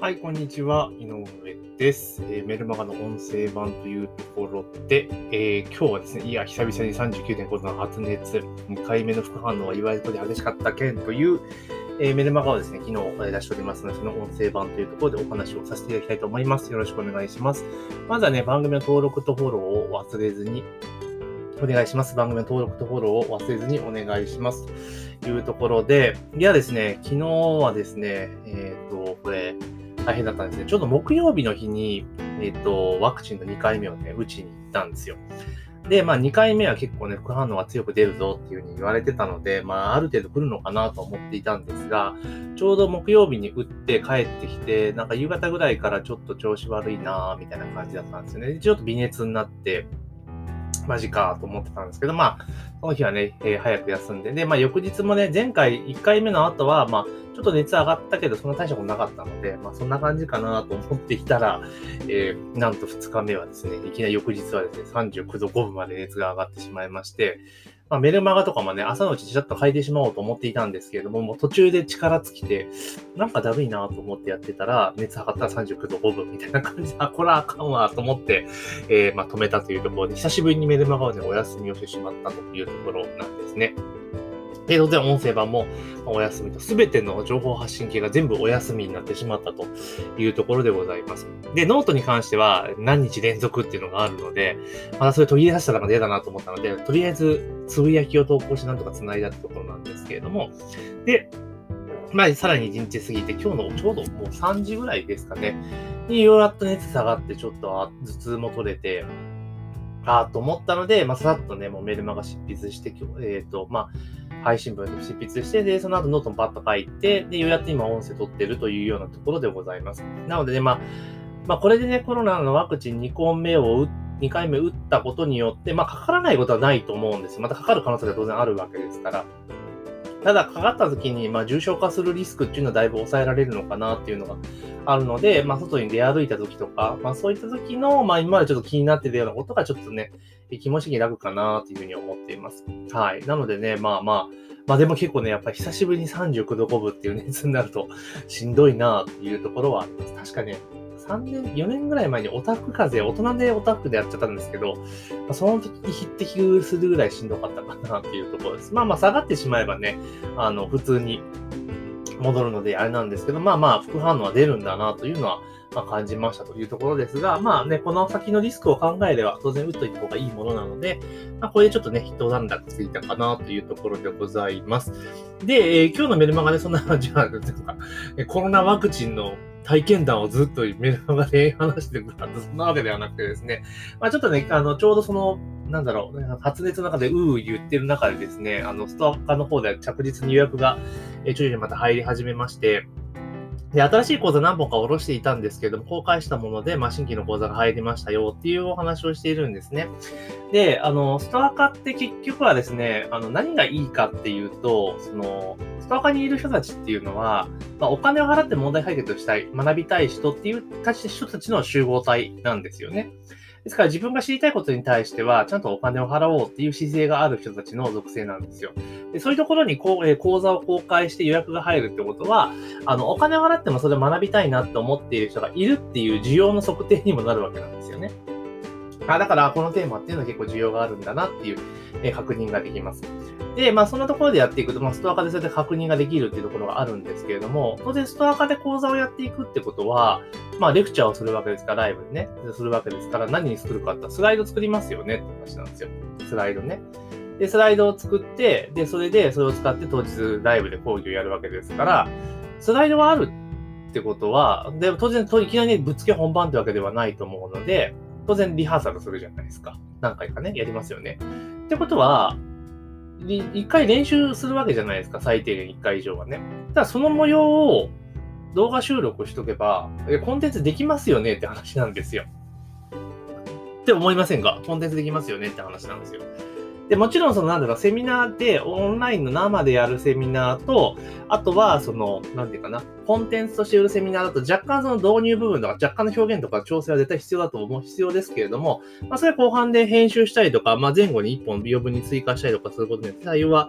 はい、こんにちは。井上です。メルマガの音声版というところで、今日はですね、久々に 39.5 度の発熱、2回目の副反応は言われるとおり激しかった件という、メルマガをですね、昨日出しておりますので、その音声版というところでお話をさせていただきたいと思います。よろしくお願いします。まずはね、番組の登録とフォローを忘れずにお願いします。番組の登録とフォローを忘れずにお願いします。というところで、ですね、昨日はですね、これ、大変だったんですね。ちょうど木曜日の日に、ワクチンの2回目をね、打ちに行ったんですよ。で、2回目は結構ね、副反応が強く出るぞっていう風に言われてたので、ある程度来るのかなと思っていたんですが、ちょうど木曜日に打って帰ってきて、なんか夕方ぐらいからちょっと調子悪いなみたいな感じだったんですよね。ちょっと微熱になって、マジかと思ってたんですけど、その日はね、早く休んで、で、翌日もね、前回1回目の後は、ちょっと熱上がったけど、そんな大したことなかったので、そんな感じかなと思っていたら、なんと2日目はですね、いきなり翌日はですね、39度5分まで熱が上がってしまいまして、メルマガとかもね、朝のうちちょっと変えてしまおうと思っていたんですけれども、もう途中で力尽きて、なんかだるいなと思ってやってたら、熱測ったら39度5分みたいな感じで、これはあかんわと思って、止めたというところで、久しぶりにメルマガをね、お休みをしてしまったというところなんですね。で、当然音声版もお休みと、すべての情報発信系が全部お休みになってしまったというところでございます。で、ノートに関しては何日連続っていうのがあるので、またそれ途切れ出したらまだ嫌だなと思ったので、とりあえずつぶやきを投稿してなんとか繋いだってところなんですけれども、で、さらに1日過ぎて、今日のちょうどもう3時ぐらいですかね、にようやっと熱下がってちょっと頭痛も取れて、と思ったので、さらっとね、もうメルマガ執筆して、配信文で執筆して、で、その後ノートもパッと書いて、で、ようやって今音声取ってるというようなところでございます。なのでね、これでね、コロナのワクチン2回目打ったことによって、かからないことはないと思うんですよ。またかかる可能性が当然あるわけですから。ただ、かかった時に、重症化するリスクっていうのはだいぶ抑えられるのかなっていうのがあるので、外に出歩いた時とか、そういった時の、今までちょっと気になってるようなことがちょっとね、気持ちに楽かなというふうに思っています。はい。なのでね、でも結構ね、やっぱり久しぶりに39度5分っていう熱になるとしんどいなっていうところはあります。確かね、3年、4年ぐらい前に大人でオタフでやっちゃったんですけど、その時に匹敵するぐらいしんどかったかなっていうところです。下がってしまえばね、普通に戻るのであれなんですけど、副反応は出るんだなというのは、感じましたというところですが、この先のリスクを考えれば当然打っといた方がいいものなので、これでちょっとね、一段落ついたかなというところでございます。で、今日のメルマガでそんな感じなんですが、コロナワクチンの体験談をずっとメルマガで話してくるそんなわけではなくてですね、ちょっとね、ちょうどその、発熱の中で言ってる中でですね、ストアカの方で着実に予約が徐々にまた入り始めまして、で、新しい講座何本か下ろしていたんですけども、公開したもので、新規の講座が入りましたよっていうお話をしているんですね。で、ストアカって結局はですね、何がいいかっていうと、ストアカにいる人たちっていうのは、お金を払って問題解決したい、学びたい人っていう人たちの集合体なんですよね。ですから自分が知りたいことに対しては、ちゃんとお金を払おうっていう姿勢がある人たちの属性なんですよ。でそういうところに講座を公開して予約が入るってことは、お金を払ってもそれを学びたいなって思っている人がいるっていう需要の測定にもなるわけなんですよね。だからこのテーマっていうのは結構需要があるんだなっていう、確認ができます。で、そんなところでやっていくと、ストア化でそれで確認ができるっていうところがあるんですけれども、当然ストア化で講座をやっていくってことは、レクチャーをするわけですから、ライブでね、するわけですから、何に作るかって言ったらスライド作りますよねって話なんですよ。スライドね。で、スライドを作って、で、それを使って当日ライブで講義をやるわけですから、スライドがあるってことは、で、当然、いきなりぶっつけ本番ってわけではないと思うので、当然リハーサルするじゃないですか。何回かね、やりますよね。ってことは、一回練習するわけじゃないですか、最低限一回以上はね。ただその模様を動画収録しとけば、コンテンツできますよねって話なんですよ。って思いませんか？コンテンツできますよねって話なんですよ。で、もちろんセミナーでオンラインの生でやるセミナーと、あとはコンテンツとして売るセミナーだと若干その導入部分とか若干の表現とか調整は絶対必要ですけれども、それは後半で編集したりとか、前後に1本余分に追加したりとかすることによって対応は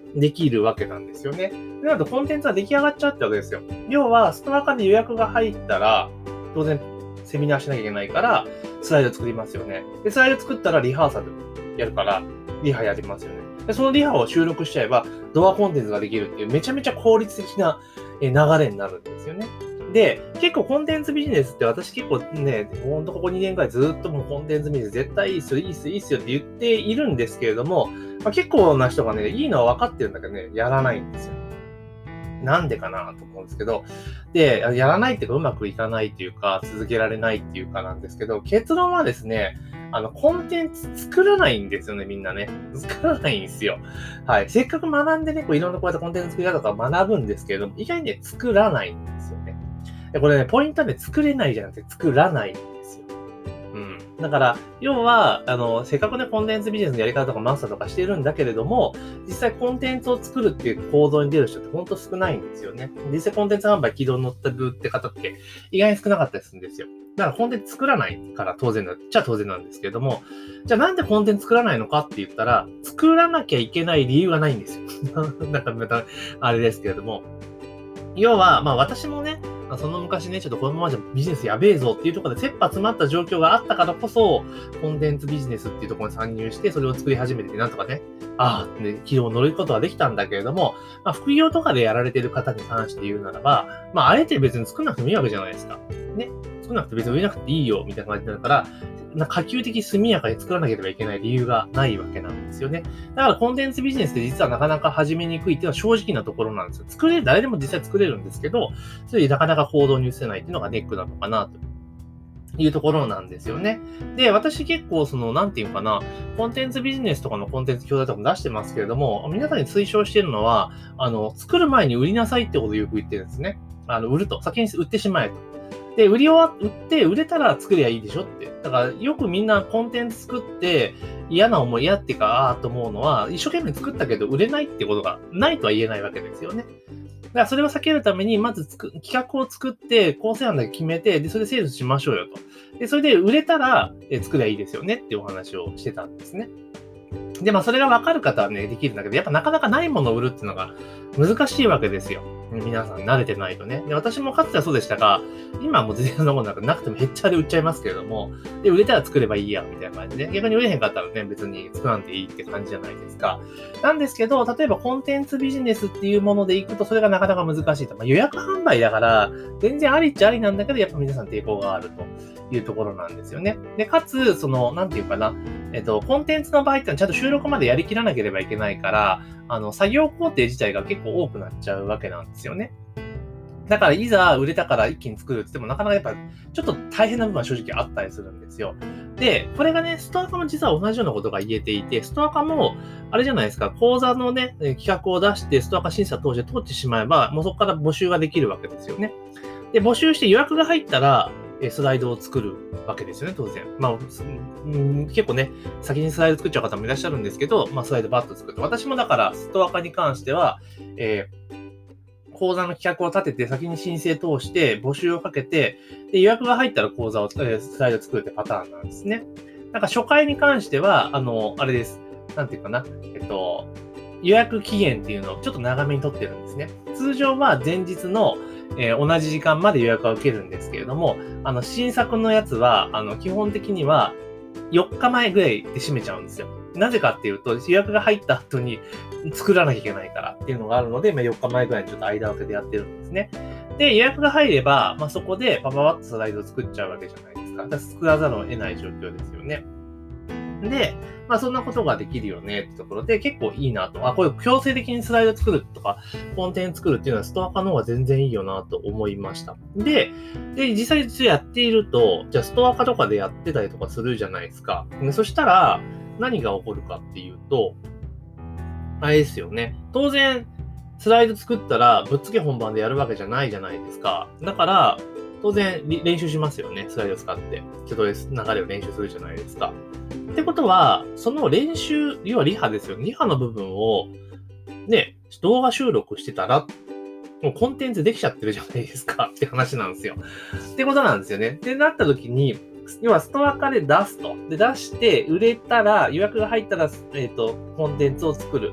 できるわけなんですよね。なのでコンテンツは出来上がっちゃうってわけですよ。要は、ストアカで予約が入ったら、当然セミナーしなきゃいけないから、スライド作りますよね。で、スライド作ったらリハーサルやるから、リハやりますよね。で、そのリハを収録しちゃえば、ドアコンテンツができるっていう、めちゃめちゃ効率的な流れになるんですよね。で、結構コンテンツビジネスって私結構ね、ほんとここ2年くらいずっともうコンテンツビジネス絶対いいっすよ、いいっすよ、いいっすよって言っているんですけれども、結構な人がね、いいのは分かってるんだけどね、やらないんですよ。なんでかなと思うんですけど、で、やらないっていうかうまくいかないっていうか、続けられないっていうかなんですけど、結論はですね、コンテンツ作らないんですよね、みんなね。作らないんですよ。はい。せっかく学んでね、いろんなこうやってコンテンツ作り方とか学ぶんですけれども、意外にね、作らないんですよね。で、これね、ポイントはね、作れないじゃなくて作らないんですよ。うん。だから、要は、せっかくね、コンテンツビジネスのやり方とかマスターとかしてるんだけれども、実際コンテンツを作るっていう行動に出る人ってほんと少ないんですよね。実際コンテンツ販売軌道に乗ってるって方って意外に少なかったりするんですよ。だからコンテンツ作らないから当然なんですけれども、じゃあなんでコンテンツ作らないのかって言ったら、作らなきゃいけない理由がないんですよ。なんかまた、あれですけれども。要は、私もね、その昔ね、ちょっとこのままじゃビジネスやべえぞっていうところで切羽詰まった状況があったからこそ、コンテンツビジネスっていうところに参入して、それを作り始めてなんとかね、軌道を乗ることができたんだけれども、副業とかでやられてる方に関して言うならば、あえて別に作んなくてもいいわけじゃないですか。ね。作んなくて別に売れなくていいよ、みたいな感じになるから、可及的速やかに作らなければいけない理由がないわけなんですよね。だからコンテンツビジネスって実はなかなか始めにくいっていうのは正直なところなんですよ。誰でも実際作れるんですけど、それでなかなか行動に移せないっていうのがネックなのかなというところなんですよね。で、私結構なんていうかな、コンテンツビジネスとかのコンテンツ教材とかも出してますけれども、皆さんに推奨しているのは、作る前に売りなさいってことをよく言ってるんですね。売ると。先に売ってしまえと。で、売って売れたら作りゃいいでしょって。だからよくみんなコンテンツ作って嫌っていうか、と思うのは、一生懸命作ったけど売れないってことがないとは言えないわけですよね。だからそれを避けるために、まず企画を作って、構成案だけ決めて、で、それでセールスしましょうよと。で、それで売れたら作りゃいいですよねっていうお話をしてたんですね。で、それが分かる方はね、できるんだけど、やっぱなかなかないものを売るっていうのが難しいわけですよ。皆さん慣れてないとね。で、私もかつてはそうでしたが、今はもう全然そんなことなくてもヘッチャーで売っちゃいますけれども、で、売れたら作ればいいや、みたいな感じで、逆に売れへんかったらね、別に作らんでいいって感じじゃないですか。なんですけど、例えばコンテンツビジネスっていうものでいくと、それがなかなか難しいと。予約販売だから、全然ありっちゃありなんだけど、やっぱ皆さん抵抗があるというところなんですよね。で、かつ、なんていうかな、コンテンツの場合ってのはちゃんと収録までやりきらなければいけないから、作業工程自体が結構多くなっちゃうわけなんですよね。だからいざ売れたから一気に作るって言ってもなかなかやっぱちょっと大変な部分は正直あったりするんですよ。で、これがね、ストア化も実は同じようなことが言えていて、ストア化もあれじゃないですか、講座のね、企画を出してストア化審査通ってしまえば、もうそこから募集ができるわけですよね。で、募集して予約が入ったら、スライドを作るわけですよね、当然。結構ね、先にスライド作っちゃう方もいらっしゃるんですけど、スライドバッと作って。私もだから、ストア化に関しては、講座の企画を立てて、先に申請通して、募集をかけて、で予約が入ったら講座を、スライド作るってパターンなんですね。なんか初回に関しては、あれです。なんていうかな。予約期限っていうのをちょっと長めに取ってるんですね。通常は前日の、同じ時間まで予約は受けるんですけれども、新作のやつは、基本的には4日前ぐらいで閉めちゃうんですよ。なぜかっていうと、予約が入った後に作らなきゃいけないからっていうのがあるので、4日前ぐらいにちょっと間を空けてやってるんですね。で、予約が入れば、そこでパパッとスライドを作っちゃうわけじゃないですか。だから作らざるを得ない状況ですよね。で、そんなことができるよねってところで結構いいなと。こういう強制的にスライド作るとか、コンテンツ作るっていうのはストア化の方が全然いいよなと思いました。で、実際やっていると、じゃあストア化とかでやってたりとかするじゃないですか。そしたら、何が起こるかっていうと、あれですよね。当然、スライド作ったら、ぶっつけ本番でやるわけじゃないじゃないですか。だから、当然、練習しますよね。スライド使って。ちょっと流れを練習するじゃないですか。ってことは、その練習、要はリハですよ。リハの部分を、ね、動画収録してたら、もうコンテンツできちゃってるじゃないですかって話なんですよ。ってことなんですよね。ってなった時に、要はストア化で出すと。で、出して、売れたら、予約が入ったら、コンテンツを作る。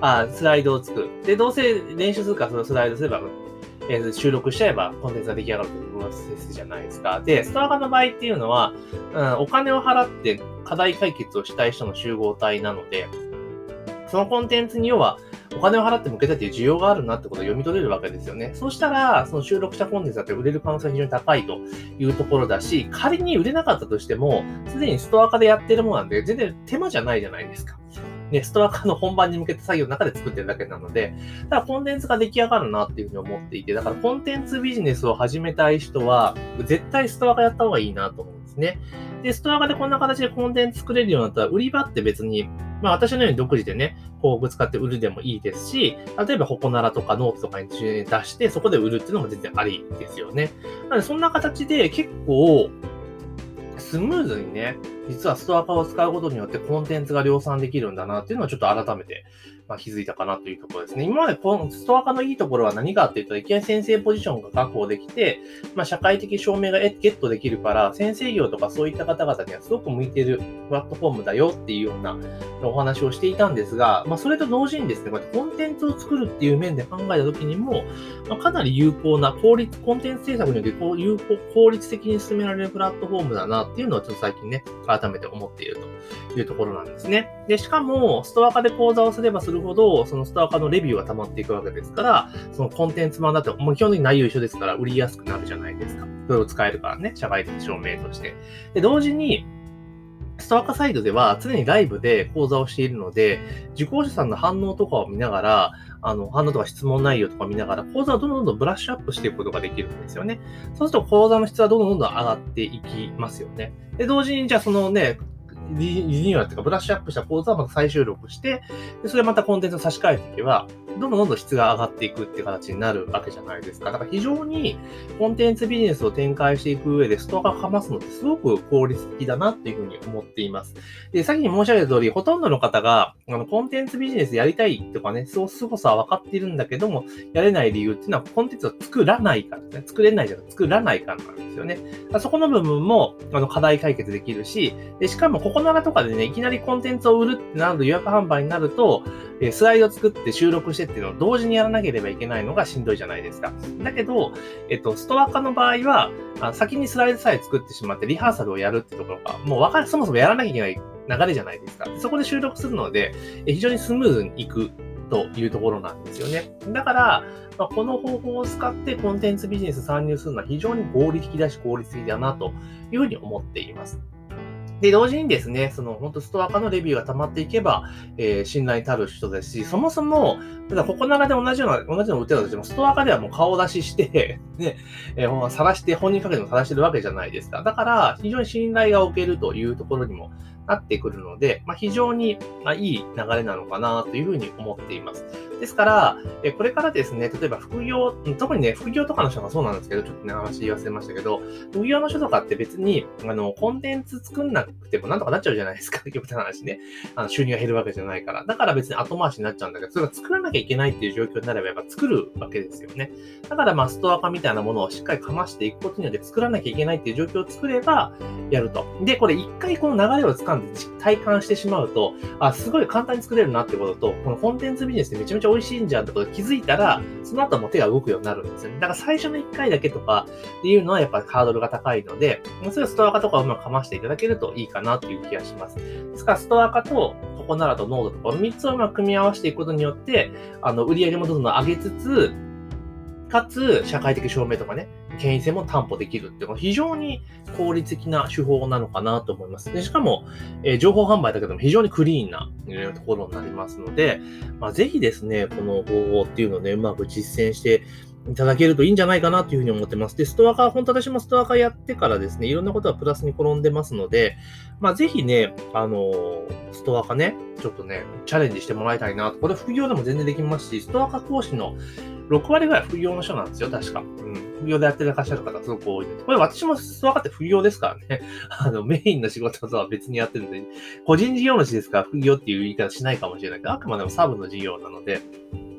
スライドを作る。で、どうせ練習するからそのスライドすれば、収録しちゃえばコンテンツが出来上がるというプロセスじゃないですか。で、ストアカの場合っていうのは、お金を払って課題解決をしたい人の集合体なので、そのコンテンツに要はお金を払って向けたっていう需要があるなってことを読み取れるわけですよね。そうしたら、その収録したコンテンツだって売れる可能性が非常に高いというところだし、仮に売れなかったとしても、すでにストアカでやってるものなんで、全然手間じゃないじゃないですか。ね、ストアカの本番に向けた作業の中で作ってるだけなので、ただコンテンツが出来上がるなっていうふうに思っていて、だからコンテンツビジネスを始めたい人は、絶対ストアカやった方がいいなと思うんですね。で、ストアカでこんな形でコンテンツ作れるようになったら、売り場って別に、私のように独自でね、広告使って売るでもいいですし、例えばホコナラとかノートとかに出して、そこで売るっていうのも全然ありですよね。なので、そんな形で結構、スムーズにね、実はストアカを使うことによってコンテンツが量産できるんだなっていうのをちょっと改めて気づいたかなというところですね。今までこのストアカのいいところは何かっていうと、いきなり先生ポジションが確保できて、社会的証明がゲットできるから、先生業とかそういった方々にはすごく向いているプラットフォームだよっていうようなお話をしていたんですが、それと同時にですね、こうやってコンテンツを作るっていう面で考えたときにも、かなり有効なコンテンツ制作によって効率的に進められるプラットフォームだなっていうのをちょっと最近ね、改めて思っているというところなんですね。で、しかも、ストアカで講座をすればするほど、そのストアカのレビューが溜まっていくわけですから、そのコンテンツ版だと、基本的に内容一緒ですから売りやすくなるじゃないですか。それを使えるからね、社会的証明として。で、同時に、ストアカサイドでは常にライブで講座をしているので、受講者さんの反応とかを見ながら、反応とか質問内容とかを見ながら、講座をどんどんブラッシュアップしていくことができるんですよね。そうすると講座の質はどんどん上がっていきますよね。で、同時にじゃあそのね、リニューアルというかブラッシュアップした講座をまた再収録して、でそれまたコンテンツを差し替えていけば、どんどん質が上がっていくっていう形になるわけじゃないですか。だから非常にコンテンツビジネスを展開していく上でストアカをかますのってすごく効率的だなっていうふうに思っています。で、先に申し上げた通り、ほとんどの方がコンテンツビジネスやりたいとかね、そう凄さは分かっているんだけども、やれない理由っていうのはコンテンツを作らないからですね。作らないからなんですよね。そこの部分も課題解決できるし、でしかもココナラとかでね、いきなりコンテンツを売るってなると予約販売になると、スライド作って収録してっていうのを同時にやらなければいけないのがしんどいじゃないですか。だけど、ストアカの場合は、先にスライドさえ作ってしまってリハーサルをやるってところが、もうそもそもやらなきゃいけない流れじゃないですか。そこで収録するので、非常にスムーズにいくというところなんですよね。だから、この方法を使ってコンテンツビジネス参入するのは非常に合理的だなというふうに思っています。で、同時にですね、本当ストアカのレビューが溜まっていけば、信頼に足る人ですし、そもそも、ただ、ここならで同じの売ってたとしても、ストアカではもう顔出しして、ね、晒して、本人確認も晒してるわけじゃないですか。だから、非常に信頼が置けるというところにもなってくるので、非常にいい流れなのかなというふうに思っています。ですから、これからですね、例えば副業、特にね、副業とかの人がそうなんですけど、ちょっとね、話言い忘れましたけど、副業の人とかって別に、コンテンツ作んなくてもなんとかなっちゃうじゃないですか。極端な話ね。収入が減るわけじゃないから。だから別に後回しになっちゃうんだけど、それが作らなきゃいけないっていう状況になればやっぱ作るわけですよね。だからストアカみたいなものをしっかりかましていくことによって作らなきゃいけないっていう状況を作ればやると。で、これ一回この流れを掴んで体感してしまうと、すごい簡単に作れるなってことと、このコンテンツビジネスでめちゃめちゃ美味しいんじゃんってことに気づいたら、その後も手が動くようになるんですよね。だから最初の1回だけとかっていうのはやっぱりハードルが高いので、それをストアカとかをうまくかましていただけるといいかなという気がします。ですから、ストアカとココナラとノードとか、この3つをうまく組み合わせていくことによって、売り上げもどんどん上げつつ、かつ、社会的証明とかね、権威性も担保できるっていうのは非常に効率的な手法なのかなと思います。でしかも、情報販売だけでも非常にクリーンなところになりますので、ぜひですね、この方法っていうのをね、うまく実践していただけるといいんじゃないかなというふうに思ってます。で、本当私もストアカやってからですね、いろんなことがプラスに転んでますので、ぜひね、ストアカね、ちょっとね、チャレンジしてもらいたいなと。これ副業でも全然できますし、ストアカ講師の6割ぐらい副業の人なんですよ、確か。副業でやってらっしゃる方すごく多いです。これ私もストアカって副業ですからね。メインの仕事とは別にやってるんで、個人事業主ですから副業っていう言い方しないかもしれないけど、あくまでもサブの事業なので、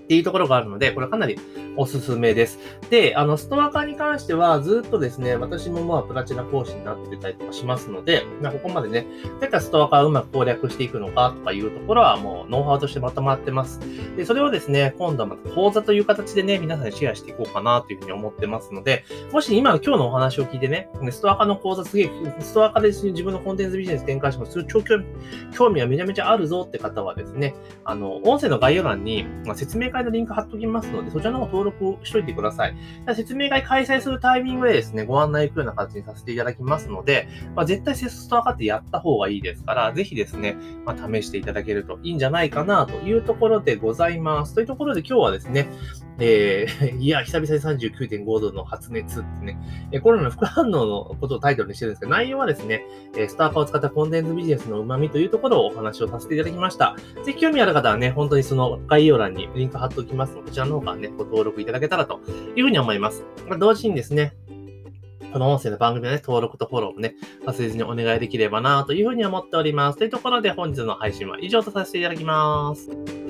っていうところがあるので、これかなりおすすめです。で、ストア化に関してはずっとですね、私もプラチナ講師になってたりとかしますので、ここまでね、どうやったらストア化をうまく攻略していくのかとかいうところはもうノウハウとしてまとまってます。で、それをですね、今度はまた講座という形でね、皆さんにシェアしていこうかなというふうに思ってますので、もし今日のお話を聞いてね、ストア化の講座すげえ、ストア化で自分のコンテンツビジネス展開しても、超興味はめちゃめちゃあるぞって方はですね、音声の概要欄に、説明会のリンク貼っときますので、そちらの方登録しといてください。説明会開催するタイミングでですね、ご案内行くような形にさせていただきますので、絶対ストア化ってやった方がいいですから、ぜひですね、試していただけるといいんじゃないかなというところでございます。というところで今日はですね、いや、久々に 39.5 度の発熱ってね、コロナの副反応のことをタイトルにしてるんですけど、内容はですね、ストア化を使ったコンテンツビジネスの旨味というところをお話をさせていただきました。ぜひ興味ある方はね、本当にその概要欄にリンク貼っておきますので、こちらの方からね、ご登録いただけたらというふうに思います。同時にですね、この音声の番組のね、登録とフォローもね、忘れずにお願いできればなというふうに思っております。というところで本日の配信は以上とさせていただきます。